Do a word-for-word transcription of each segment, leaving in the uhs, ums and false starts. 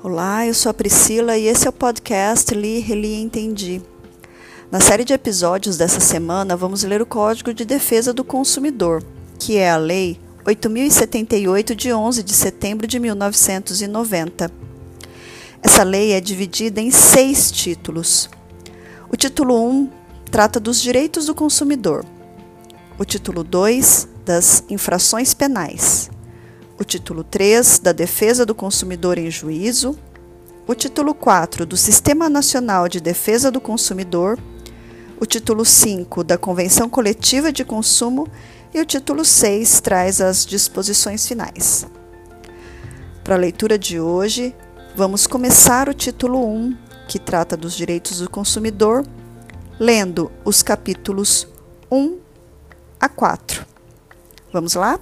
Olá, eu sou a Priscila e esse é o podcast Li, Reli e Entendi. Na série de episódios dessa semana, vamos ler o Código de Defesa do Consumidor, que é a Lei oito mil e setenta e oito, de onze de setembro de mil novecentos e noventa. Essa lei é dividida em seis títulos. O título um trata dos direitos do consumidor. O título dois, das infrações penais. O título três, da defesa do consumidor em juízo. O título quatro, do Sistema Nacional de Defesa do Consumidor. O título cinco, da Convenção Coletiva de Consumo. E o título seis traz as disposições finais. Para a leitura de hoje, vamos começar o título um, que trata dos direitos do consumidor, lendo os capítulos um a quatro. Vamos lá?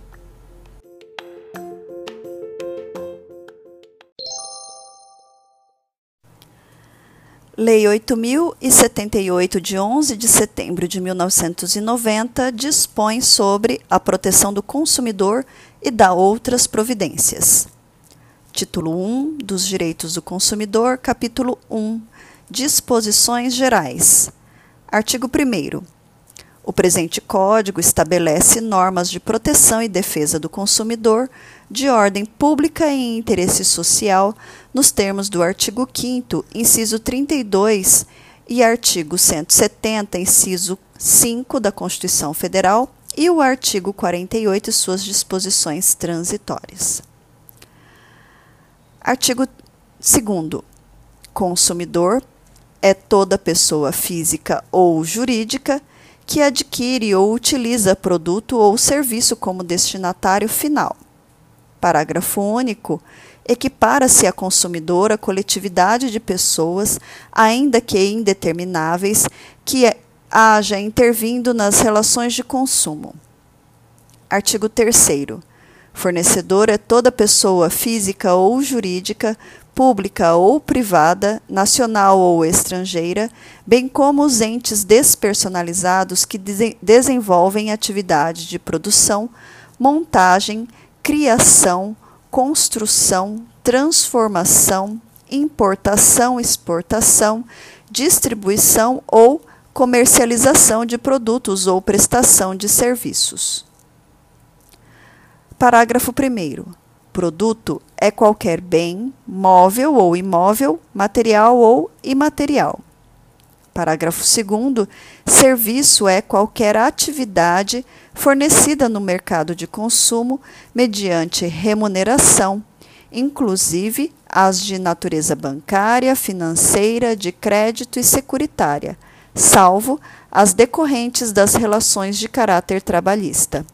Lei oito mil e setenta e oito, de onze de setembro de mil novecentos e noventa, dispõe sobre a proteção do consumidor e dá outras providências. Título um, dos direitos do consumidor, capítulo um, disposições gerais. Artigo primeiro. O presente Código estabelece normas de proteção e defesa do consumidor de ordem pública e em interesse social nos termos do artigo quinto, inciso trinta e dois e artigo cento e setenta, inciso cinco da Constituição Federal e o artigo quarenta e oito e suas disposições transitórias. Artigo segundo. Consumidor é toda pessoa física ou jurídica que adquire ou utiliza produto ou serviço como destinatário final. Parágrafo único. Equipara-se a consumidor a coletividade de pessoas, ainda que indetermináveis, que haja intervindo nas relações de consumo. Artigo terceiro. Fornecedor é toda pessoa física ou jurídica, pública ou privada, nacional ou estrangeira, bem como os entes despersonalizados que de- desenvolvem atividade de produção, montagem, criação, construção, transformação, importação, exportação, distribuição ou comercialização de produtos ou prestação de serviços. Parágrafo primeiro. Produto é qualquer bem, móvel ou imóvel, material ou imaterial. Parágrafo segundo. Serviço é qualquer atividade fornecida no mercado de consumo mediante remuneração, inclusive as de natureza bancária, financeira, de crédito e securitária, salvo as decorrentes das relações de caráter trabalhista.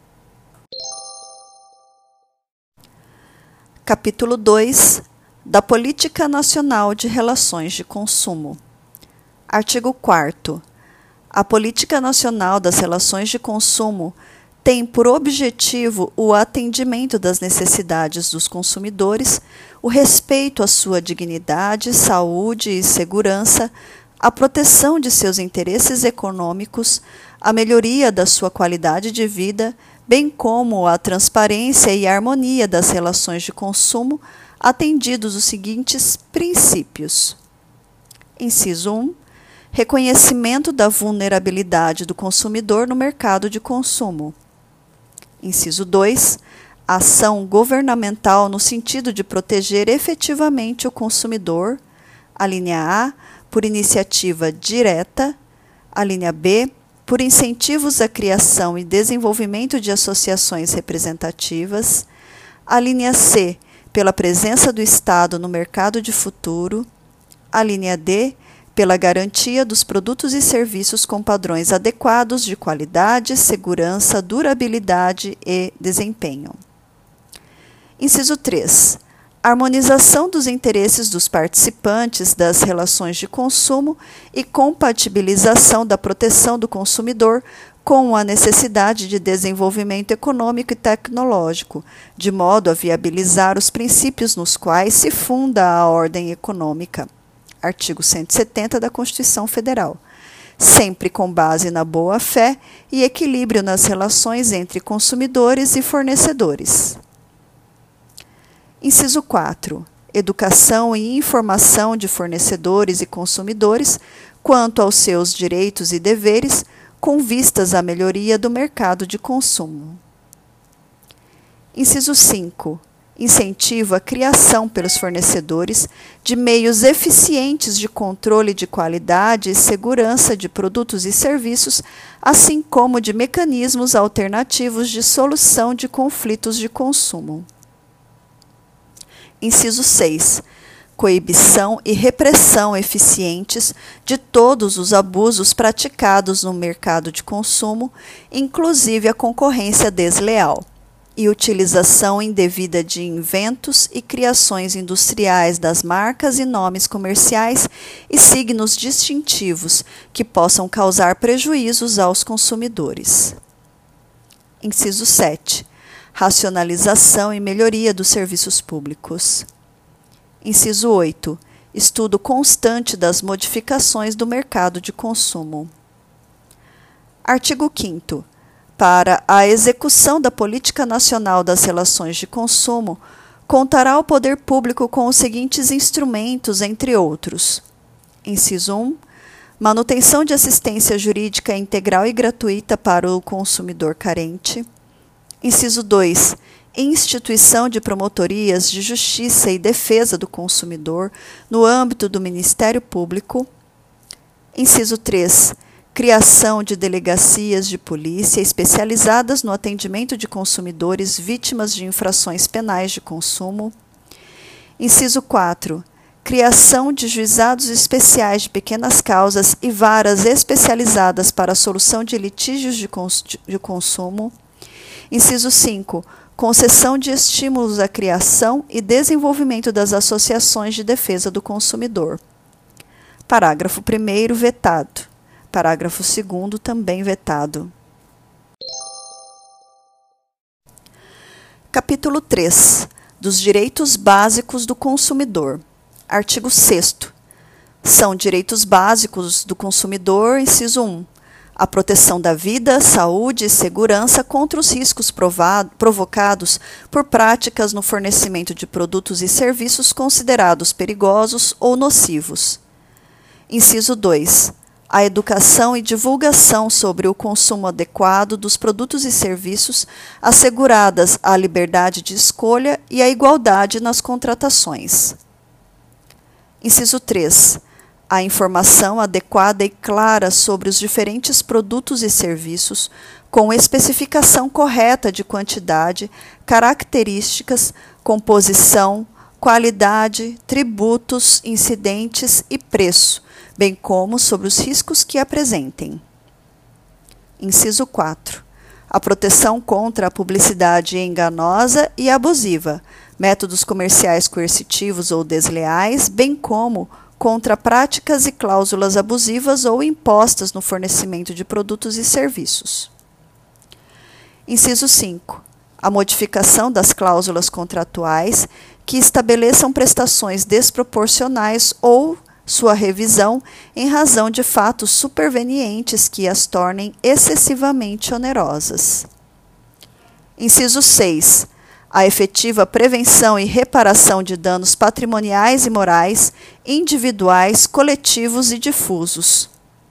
Capítulo dois, da Política Nacional de Relações de Consumo. Artigo quarto. A Política Nacional das Relações de Consumo tem por objetivo o atendimento das necessidades dos consumidores, o respeito à sua dignidade, saúde e segurança, a proteção de seus interesses econômicos, a melhoria da sua qualidade de vida, bem como a transparência e a harmonia das relações de consumo, atendidos os seguintes princípios. Inciso um. Reconhecimento da vulnerabilidade do consumidor no mercado de consumo. Inciso dois. Ação governamental no sentido de proteger efetivamente o consumidor. A linha A, por iniciativa direta. A linha B, por incentivos à criação e desenvolvimento de associações representativas. A linha C, pela presença do Estado no mercado de futuro. A linha D, pela garantia dos produtos e serviços com padrões adequados de qualidade, segurança, durabilidade e desempenho. Inciso três. Harmonização dos interesses dos participantes das relações de consumo e compatibilização da proteção do consumidor com a necessidade de desenvolvimento econômico e tecnológico, de modo a viabilizar os princípios nos quais se funda a ordem econômica. Artigo cento e setenta da Constituição Federal. Sempre com base na boa-fé e equilíbrio nas relações entre consumidores e fornecedores. Inciso quatro. educação e informação de fornecedores e consumidores quanto aos seus direitos e deveres, com vistas à melhoria do mercado de consumo. Inciso cinco. Incentivo a criação pelos fornecedores de meios eficientes de controle de qualidade e segurança de produtos e serviços, assim como de mecanismos alternativos de solução de conflitos de consumo. Inciso seis. Coibição e repressão eficientes de todos os abusos praticados no mercado de consumo, inclusive a concorrência desleal, e utilização indevida de inventos e criações industriais das marcas e nomes comerciais e signos distintivos que possam causar prejuízos aos consumidores. Inciso sete. Racionalização e melhoria dos serviços públicos. Inciso oito. Estudo constante das modificações do mercado de consumo. Artigo quinto. Para a execução da Política Nacional das Relações de Consumo, contará o poder público com os seguintes instrumentos, entre outros. Inciso um. Manutenção de assistência jurídica integral e gratuita para o consumidor carente. Inciso dois. Instituição de promotorias de justiça e defesa do consumidor no âmbito do Ministério Público. Inciso três. Criação de delegacias de polícia especializadas no atendimento de consumidores vítimas de infrações penais de consumo. Inciso quatro. Criação de juizados especiais de pequenas causas e varas especializadas para a solução de litígios de, cons de consumo. Inciso cinco. Concessão de estímulos à criação e desenvolvimento das associações de defesa do consumidor. Parágrafo primeiro, vetado. Parágrafo segundo, também vetado. Capítulo três. Dos direitos básicos do consumidor. Artigo sexto. São direitos básicos do consumidor, inciso um. A proteção da vida, saúde e segurança contra os riscos provocados por práticas no fornecimento de produtos e serviços considerados perigosos ou nocivos. Inciso dois. A educação e divulgação sobre o consumo adequado dos produtos e serviços, asseguradas a liberdade de escolha e a igualdade nas contratações. Inciso três. A informação adequada e clara sobre os diferentes produtos e serviços, com especificação correta de quantidade, características, composição, qualidade, tributos, incidentes e preço, bem como sobre os riscos que apresentem. Inciso quatro. A proteção contra a publicidade enganosa e abusiva, métodos comerciais coercitivos ou desleais, bem como contra práticas e cláusulas abusivas ou impostas no fornecimento de produtos e serviços. Inciso cinco. A modificação das cláusulas contratuais que estabeleçam prestações desproporcionais ou sua revisão em razão de fatos supervenientes que as tornem excessivamente onerosas. Inciso seis. A efetiva prevenção e reparação de danos patrimoniais e morais, individuais, coletivos e difusos.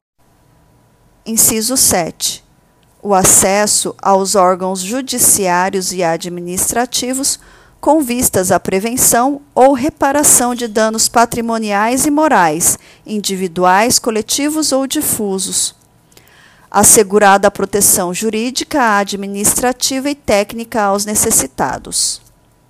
Inciso sete. O acesso aos órgãos judiciários e administrativos com vistas à prevenção ou reparação de danos patrimoniais e morais, individuais, coletivos ou difusos. Assegurada a proteção jurídica, administrativa e técnica aos necessitados.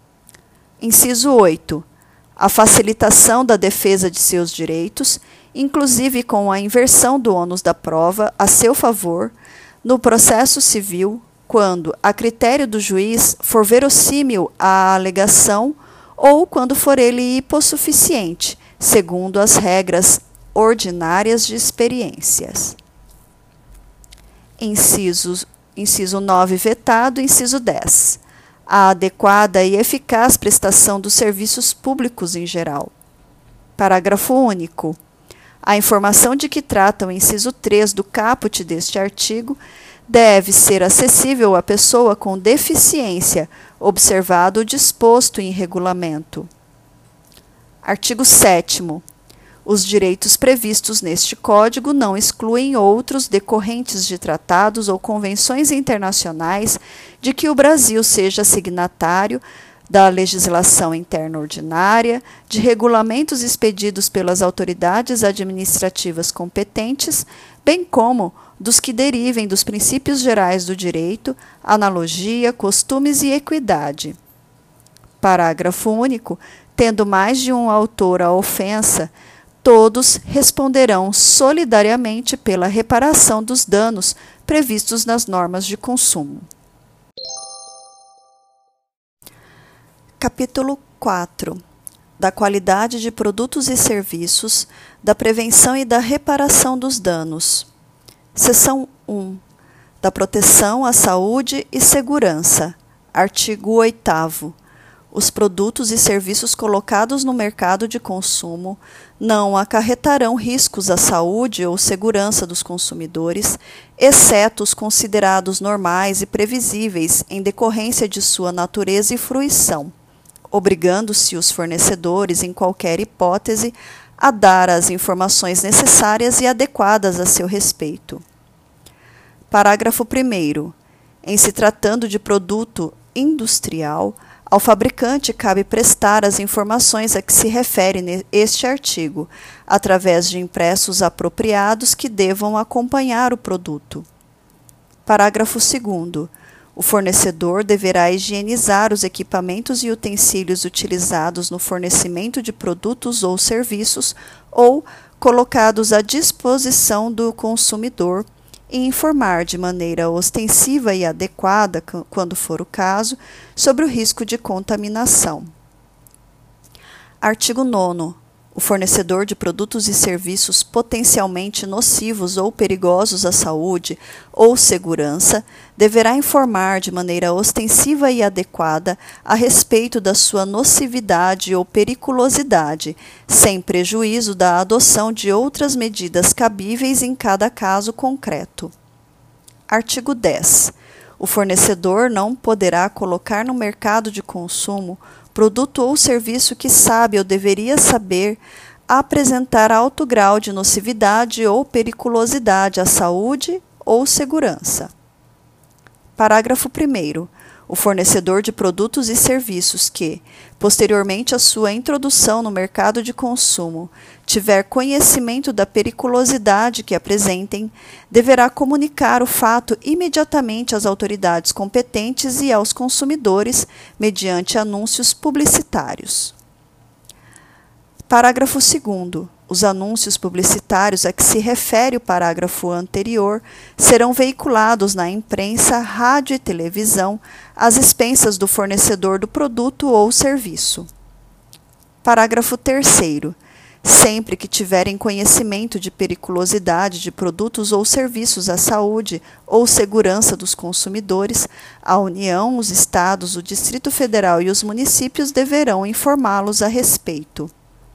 Inciso oito. A facilitação da defesa de seus direitos, inclusive com a inversão do ônus da prova a seu favor, no processo civil, quando, a critério do juiz, for verossímil a alegação ou quando for ele hipossuficiente, segundo as regras ordinárias de experiências. Inciso, inciso nove, vetado. Inciso dez. A adequada e eficaz prestação dos serviços públicos em geral. Parágrafo único. A informação de que trata o inciso três do caput deste artigo deve ser acessível à pessoa com deficiência, observado o disposto em regulamento. Artigo sétimo. Os direitos previstos neste Código não excluem outros decorrentes de tratados ou convenções internacionais de que o Brasil seja signatário, da legislação interna ordinária, de regulamentos expedidos pelas autoridades administrativas competentes, bem como dos que derivem dos princípios gerais do direito, analogia, costumes e equidade. Parágrafo único. Tendo mais de um autor a ofensa, todos responderão solidariamente pela reparação dos danos previstos nas normas de consumo. Capítulo quatro. Da qualidade de produtos e serviços, da prevenção e da reparação dos danos. Seção um. Da proteção à saúde e segurança. Artigo oitavo. Os produtos e serviços colocados no mercado de consumo não acarretarão riscos à saúde ou segurança dos consumidores, exceto os considerados normais e previsíveis em decorrência de sua natureza e fruição, obrigando-se os fornecedores, em qualquer hipótese, a dar as informações necessárias e adequadas a seu respeito. Parágrafo primeiro. Em se tratando de produto industrial, ao fabricante cabe prestar as informações a que se refere este artigo, através de impressos apropriados que devam acompanhar o produto. Parágrafo segundo. O fornecedor deverá higienizar os equipamentos e utensílios utilizados no fornecimento de produtos ou serviços ou colocados à disposição do consumidor, e informar de maneira ostensiva e adequada, quando for o caso, sobre o risco de contaminação. Artigo nono. O fornecedor de produtos e serviços potencialmente nocivos ou perigosos à saúde ou segurança deverá informar de maneira ostensiva e adequada a respeito da sua nocividade ou periculosidade, sem prejuízo da adoção de outras medidas cabíveis em cada caso concreto. Artigo dez. O fornecedor não poderá colocar no mercado de consumo produto ou serviço que sabe ou deveria saber apresentar alto grau de nocividade ou periculosidade à saúde ou segurança. Parágrafo primeiro. O fornecedor de produtos e serviços que, posteriormente à sua introdução no mercado de consumo, tiver conhecimento da periculosidade que apresentem, deverá comunicar o fato imediatamente às autoridades competentes e aos consumidores, mediante anúncios publicitários. Parágrafo segundo. Os anúncios publicitários a que se refere o parágrafo anterior serão veiculados na imprensa, rádio e televisão, às expensas do fornecedor do produto ou serviço. Parágrafo terceiro. Sempre que tiverem conhecimento de periculosidade de produtos ou serviços à saúde ou segurança dos consumidores, a União, os Estados, o Distrito Federal e os municípios deverão informá-los a respeito.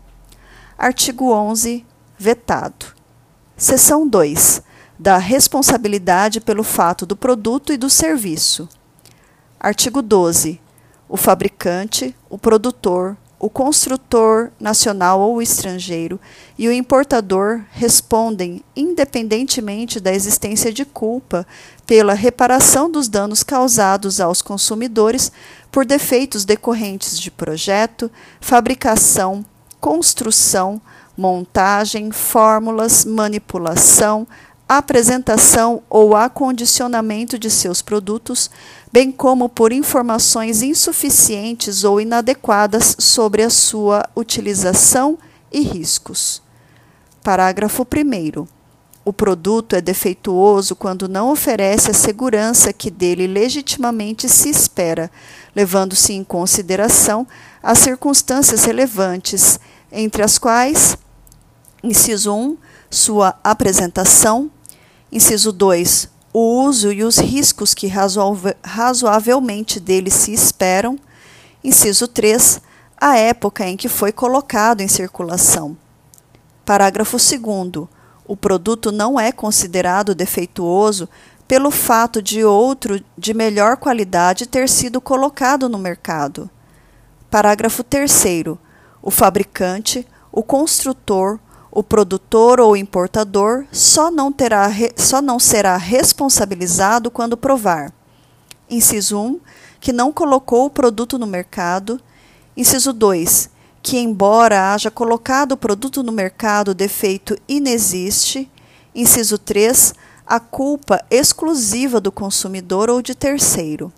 Artigo onze. Vetado. Seção dois. Da responsabilidade pelo fato do produto e do serviço. Artigo doze. O fabricante, o produtor, o construtor nacional ou estrangeiro e o importador respondem, independentemente da existência de culpa, pela reparação dos danos causados aos consumidores por defeitos decorrentes de projeto, fabricação, construção, montagem, fórmulas, manipulação, apresentação ou acondicionamento de seus produtos, bem como por informações insuficientes ou inadequadas sobre a sua utilização e riscos. Parágrafo primeiro. O produto é defeituoso quando não oferece a segurança que dele legitimamente se espera, levando-se em consideração as circunstâncias relevantes, entre as quais, inciso um, sua apresentação, inciso dois, o uso e os riscos que razoavelmente dele se esperam, inciso três, a época em que foi colocado em circulação. Parágrafo segundo. O produto não é considerado defeituoso pelo fato de outro de melhor qualidade ter sido colocado no mercado. Parágrafo terceiro. o fabricante, o construtor, o produtor ou importador só não, terá, só não será responsabilizado quando provar. Inciso um, que não colocou o produto no mercado. Inciso dois, que embora haja colocado o produto no mercado, o defeito inexiste. Inciso três, a culpa exclusiva do consumidor ou de terceiro.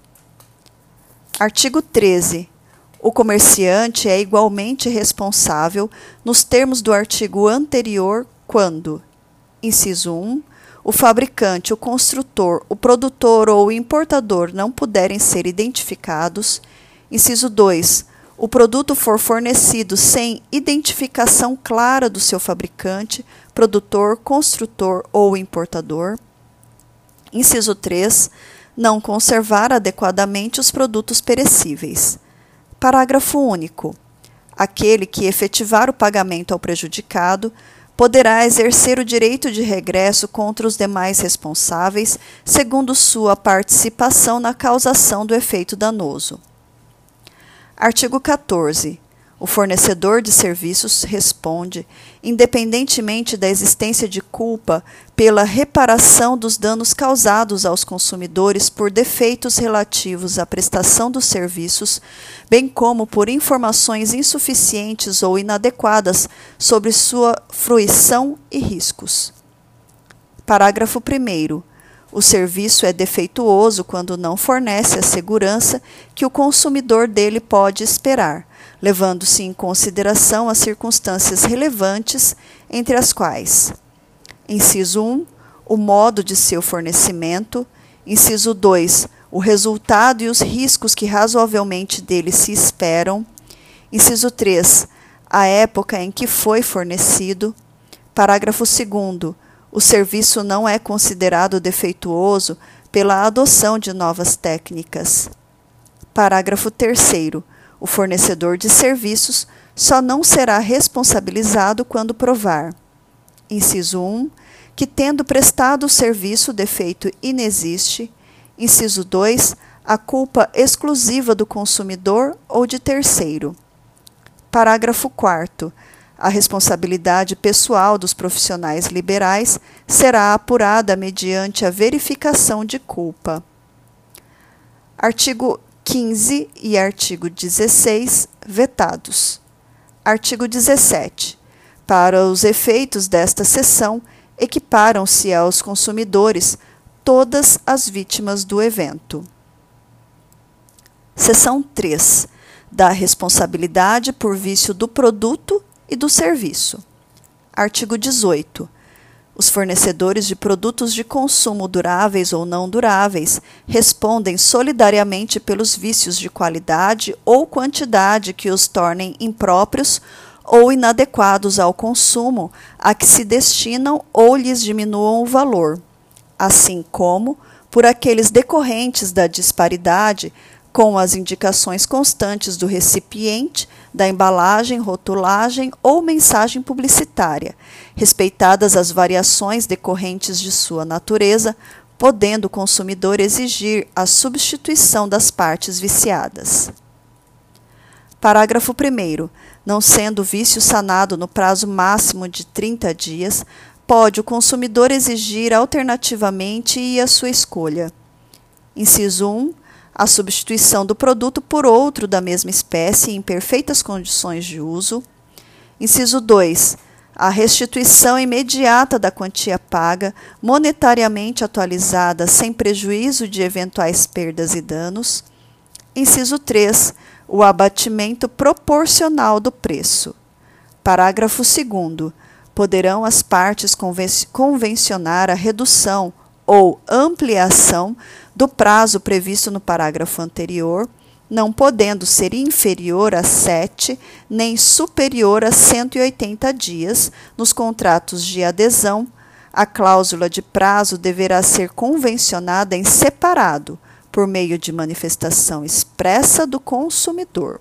Artigo treze. O comerciante é igualmente responsável, nos termos do artigo anterior, quando: inciso um, o fabricante, o construtor, o produtor ou o importador não puderem ser identificados. Inciso dois, o produto for fornecido sem identificação clara do seu fabricante, produtor, construtor ou importador. Inciso três, não conservar adequadamente os produtos perecíveis. Parágrafo único. Aquele que efetivar o pagamento ao prejudicado poderá exercer o direito de regresso contra os demais responsáveis, segundo sua participação na causação do efeito danoso. Artigo quatorze. O fornecedor de serviços responde, independentemente da existência de culpa, pela reparação dos danos causados aos consumidores por defeitos relativos à prestação dos serviços, bem como por informações insuficientes ou inadequadas sobre sua fruição e riscos. Parágrafo primeiro. O serviço é defeituoso quando não fornece a segurança que o consumidor dele pode esperar, levando-se em consideração as circunstâncias relevantes, entre as quais: inciso um, o modo de seu fornecimento. Inciso dois, o resultado e os riscos que razoavelmente dele se esperam. Inciso três, a época em que foi fornecido. Parágrafo segundo. O serviço não é considerado defeituoso pela adoção de novas técnicas. Parágrafo terceiro. O fornecedor de serviços só não será responsabilizado quando provar: inciso um, que tendo prestado o serviço o defeito inexiste. Inciso dois, a culpa exclusiva do consumidor ou de terceiro. Parágrafo quarto. A responsabilidade pessoal dos profissionais liberais será apurada mediante a verificação de culpa. Artigo quinze e artigo dezesseis, vetados. Artigo dezessete. Para os efeitos desta seção, equiparam-se aos consumidores todas as vítimas do evento. Seção três. Da responsabilidade por vício do produto e do serviço. Artigo dezoito. Os fornecedores de produtos de consumo duráveis ou não duráveis respondem solidariamente pelos vícios de qualidade ou quantidade que os tornem impróprios ou inadequados ao consumo a que se destinam ou lhes diminuam o valor, assim como por aqueles decorrentes da disparidade com as indicações constantes do recipiente, da embalagem, rotulagem ou mensagem publicitária, respeitadas as variações decorrentes de sua natureza, podendo o consumidor exigir a substituição das partes viciadas. Parágrafo primeiro. Não sendo o vício sanado no prazo máximo de trinta dias, pode o consumidor exigir alternativamente e à sua escolha: inciso um, a substituição do produto por outro da mesma espécie em perfeitas condições de uso. Inciso dois, a restituição imediata da quantia paga, monetariamente atualizada, sem prejuízo de eventuais perdas e danos. Inciso três, o abatimento proporcional do preço. Parágrafo segundo. Poderão as partes convencionar a redução ou ampliação do prazo previsto no parágrafo anterior, não podendo ser inferior a sete, nem superior a cento e oitenta dias, nos contratos de adesão. A cláusula de prazo deverá ser convencionada em separado, por meio de manifestação expressa do consumidor.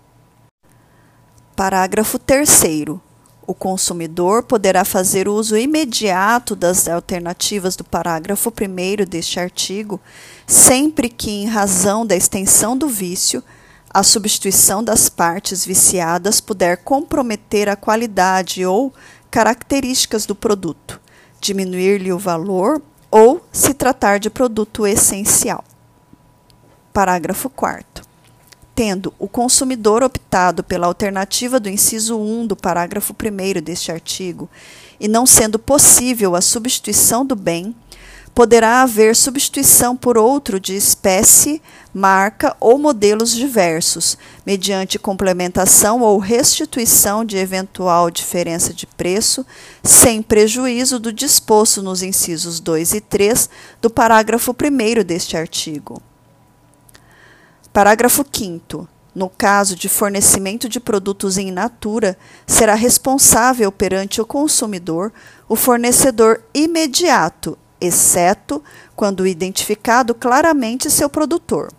Parágrafo terceiro. O consumidor poderá fazer uso imediato das alternativas do parágrafo primeiro deste artigo, sempre que, em razão da extensão do vício, a substituição das partes viciadas puder comprometer a qualidade ou características do produto, diminuir-lhe o valor ou se tratar de produto essencial. Parágrafo quarto. Tendo o consumidor optado pela alternativa do inciso um do parágrafo primeiro deste artigo e não sendo possível a substituição do bem, poderá haver substituição por outro de espécie, marca ou modelos diversos, mediante complementação ou restituição de eventual diferença de preço, sem prejuízo do disposto nos incisos dois e três do parágrafo primeiro deste artigo. Parágrafo quinto. No caso de fornecimento de produtos in natura, será responsável perante o consumidor o fornecedor imediato, exceto quando identificado claramente seu produtor.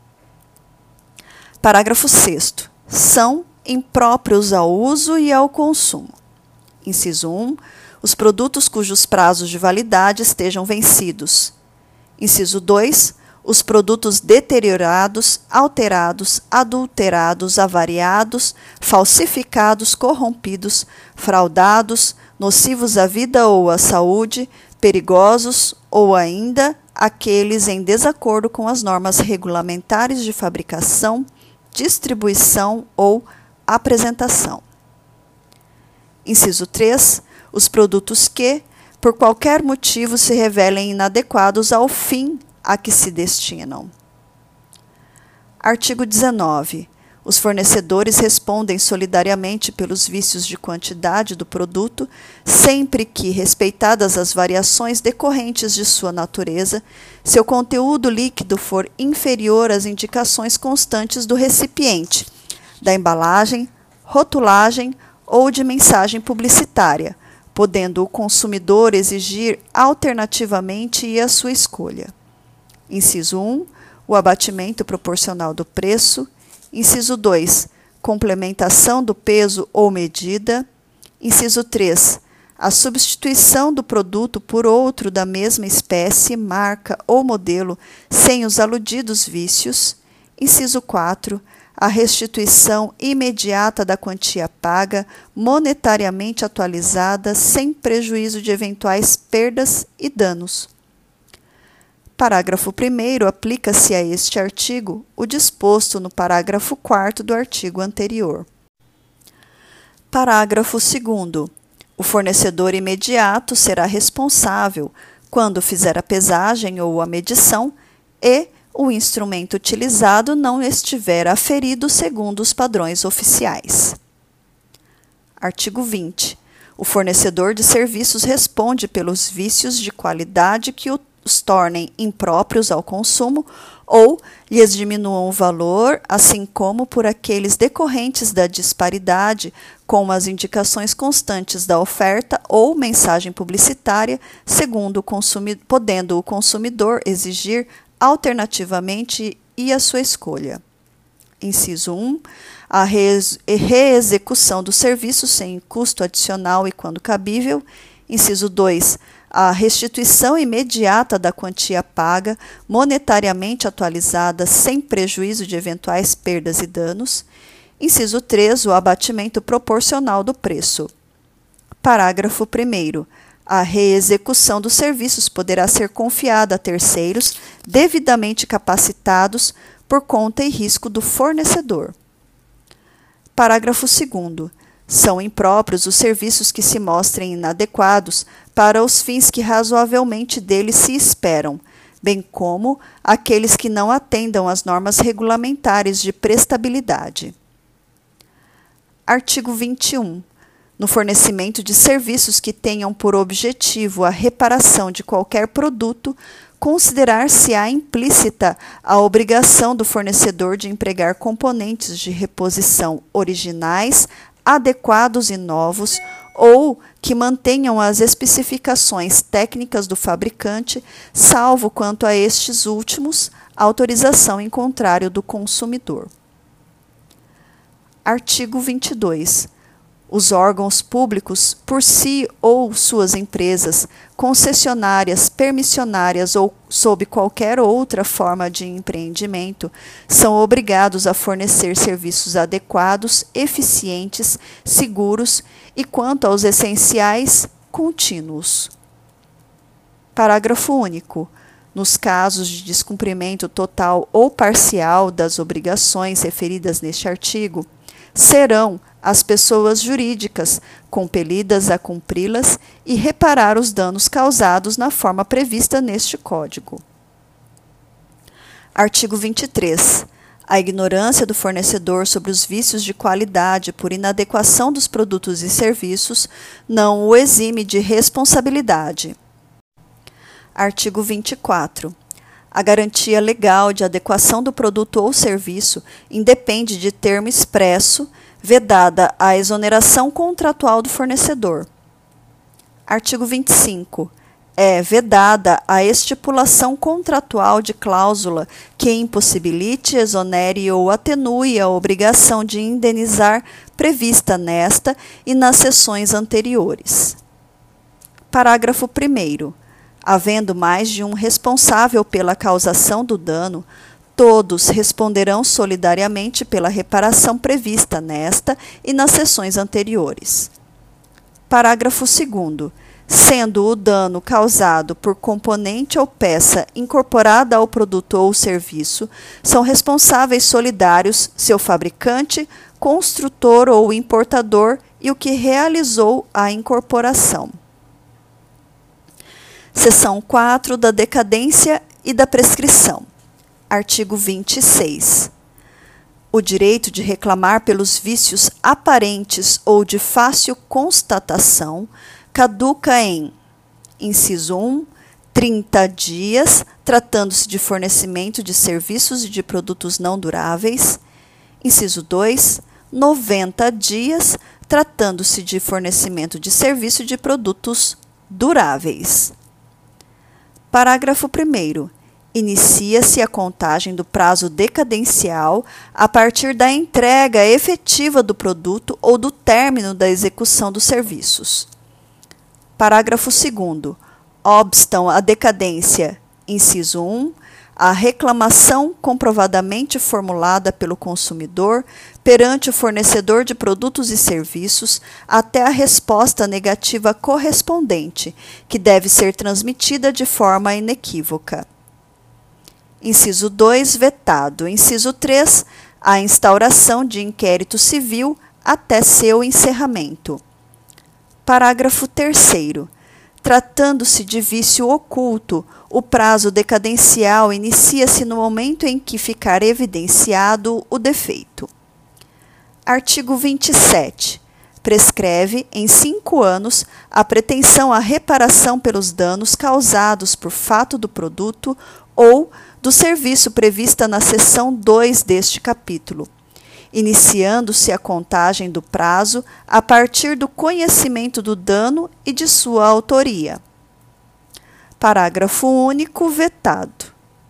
Parágrafo sexto. São impróprios ao uso e ao consumo. Inciso um. Os produtos cujos prazos de validade estejam vencidos. Inciso dois. Os produtos deteriorados, alterados, adulterados, avariados, falsificados, corrompidos, fraudados, nocivos à vida ou à saúde, perigosos ou ainda aqueles em desacordo com as normas regulamentares de fabricação, distribuição ou apresentação. Inciso três. Os produtos que, por qualquer motivo, se revelem inadequados ao fim a que se destinam. Artigo dezenove. Os fornecedores respondem solidariamente pelos vícios de quantidade do produto, sempre que, respeitadas as variações decorrentes de sua natureza, seu conteúdo líquido for inferior às indicações constantes do recipiente, da embalagem, rotulagem ou de mensagem publicitária, podendo o consumidor exigir alternativamente e a sua escolha. Inciso um. O abatimento proporcional do preço. Inciso dois. Complementação do peso ou medida. Inciso três. A substituição do produto por outro da mesma espécie, marca ou modelo, sem os aludidos vícios. Inciso quatro. A restituição imediata da quantia paga, monetariamente atualizada, sem prejuízo de eventuais perdas e danos. Parágrafo primeiro. Aplica-se a este artigo o disposto no parágrafo quarto do artigo anterior. Parágrafo segundo. O fornecedor imediato será responsável quando fizer a pesagem ou a medição e o instrumento utilizado não estiver aferido segundo os padrões oficiais. Artigo vinte. O fornecedor de serviços responde pelos vícios de qualidade que o os tornem impróprios ao consumo ou lhes diminuam o valor, assim como por aqueles decorrentes da disparidade com as indicações constantes da oferta ou mensagem publicitária, segundo o consumidor, podendo o consumidor exigir alternativamente e a sua escolha. Inciso um. A reexecução do serviço sem custo adicional e quando cabível. Inciso dois. A restituição imediata da quantia paga, monetariamente atualizada, sem prejuízo de eventuais perdas e danos. Inciso três. O abatimento proporcional do preço. Parágrafo primeiro. A reexecução dos serviços poderá ser confiada a terceiros devidamente capacitados por conta e risco do fornecedor. Parágrafo segundo. São impróprios os serviços que se mostrem inadequados para os fins que razoavelmente deles se esperam, bem como aqueles que não atendam às normas regulamentares de prestabilidade. Artigo vinte e um. No fornecimento de serviços que tenham por objetivo a reparação de qualquer produto, considerar-se-á implícita a obrigação do fornecedor de empregar componentes de reposição originais, adequados e novos, ou que mantenham as especificações técnicas do fabricante, salvo quanto a estes últimos, autorização em contrário do consumidor. Artigo vinte e dois. Os órgãos públicos, por si ou suas empresas, concessionárias, permissionárias ou sob qualquer outra forma de empreendimento, são obrigados a fornecer serviços adequados, eficientes, seguros e, quanto aos essenciais, contínuos. Parágrafo único. Nos casos de descumprimento total ou parcial das obrigações referidas neste artigo, serão as pessoas jurídicas compelidas a cumpri-las e reparar os danos causados na forma prevista neste Código. Artigo vinte e três. A ignorância do fornecedor sobre os vícios de qualidade por inadequação dos produtos e serviços não o exime de responsabilidade. Artigo vinte e quatro. A garantia legal de adequação do produto ou serviço independe de termo expresso, vedada a exoneração contratual do fornecedor. Artigo vinte e cinco. É vedada a estipulação contratual de cláusula que impossibilite, exonere ou atenue a obrigação de indenizar prevista nesta e nas seções anteriores. Parágrafo primeiro. Havendo mais de um responsável pela causação do dano, todos responderão solidariamente pela reparação prevista nesta e nas seções anteriores. Parágrafo segundo. Sendo o dano causado por componente ou peça incorporada ao produto ou serviço, são responsáveis solidários seu fabricante, construtor ou importador e o que realizou a incorporação. Seção quatro da decadência e da prescrição. Artigo vinte e seis. O direito de reclamar pelos vícios aparentes ou de fácil constatação caduca em: inciso um, trinta dias, tratando-se de fornecimento de serviços e de produtos não duráveis. Inciso dois, noventa dias, tratando-se de fornecimento de serviço e de produtos duráveis. Parágrafo primeiro. Inicia-se a contagem do prazo decadencial a partir da entrega efetiva do produto ou do término da execução dos serviços. Parágrafo segundo. Obstam a decadência, inciso um, a reclamação comprovadamente formulada pelo consumidor perante o fornecedor de produtos e serviços até a resposta negativa correspondente, que deve ser transmitida de forma inequívoca. Inciso dois, vetado. Inciso três, a instauração de inquérito civil até seu encerramento. Parágrafo terceiro. Tratando-se de vício oculto, o prazo decadencial inicia-se no momento em que ficar evidenciado o defeito. Artigo vinte e sete. Prescreve, em cinco anos, a pretensão à reparação pelos danos causados por fato do produto ou do serviço prevista na seção dois deste capítulo, iniciando-se a contagem do prazo a partir do conhecimento do dano e de sua autoria. Parágrafo único, vetado.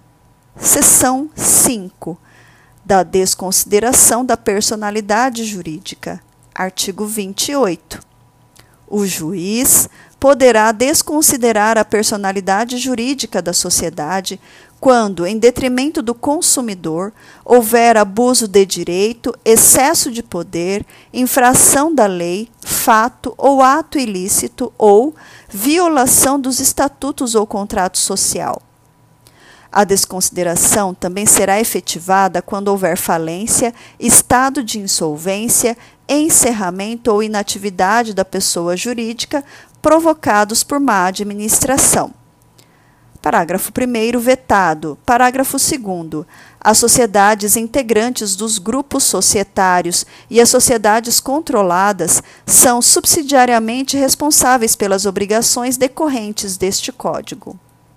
Seção cinco. Da desconsideração da personalidade jurídica. Artigo vinte e oito. O juiz poderá desconsiderar a personalidade jurídica da sociedade quando, em detrimento do consumidor, houver abuso de direito, excesso de poder, infração da lei, fato ou ato ilícito ou violação dos estatutos ou contrato social. A desconsideração também será efetivada quando houver falência, estado de insolvência, encerramento ou inatividade da pessoa jurídica provocados por má administração. Parágrafo primeiro, vetado. Parágrafo segundo. As sociedades integrantes dos grupos societários e as sociedades controladas são subsidiariamente responsáveis pelas obrigações decorrentes deste Código.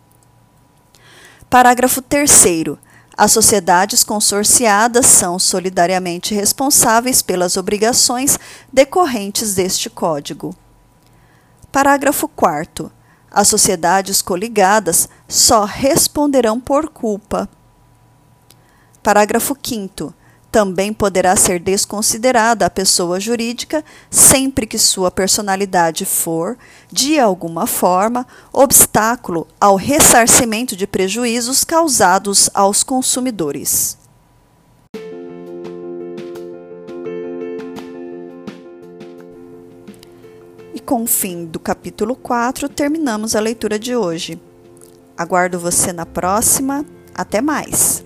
Parágrafo terceiro. As sociedades consorciadas são solidariamente responsáveis pelas obrigações decorrentes deste Código. Parágrafo quarto. As sociedades coligadas só responderão por culpa. Parágrafo quinto. Também poderá ser desconsiderada a pessoa jurídica sempre que sua personalidade for, de alguma forma, obstáculo ao ressarcimento de prejuízos causados aos consumidores. E com o fim do capítulo quatro, terminamos a leitura de hoje. Aguardo você na próxima. Até mais!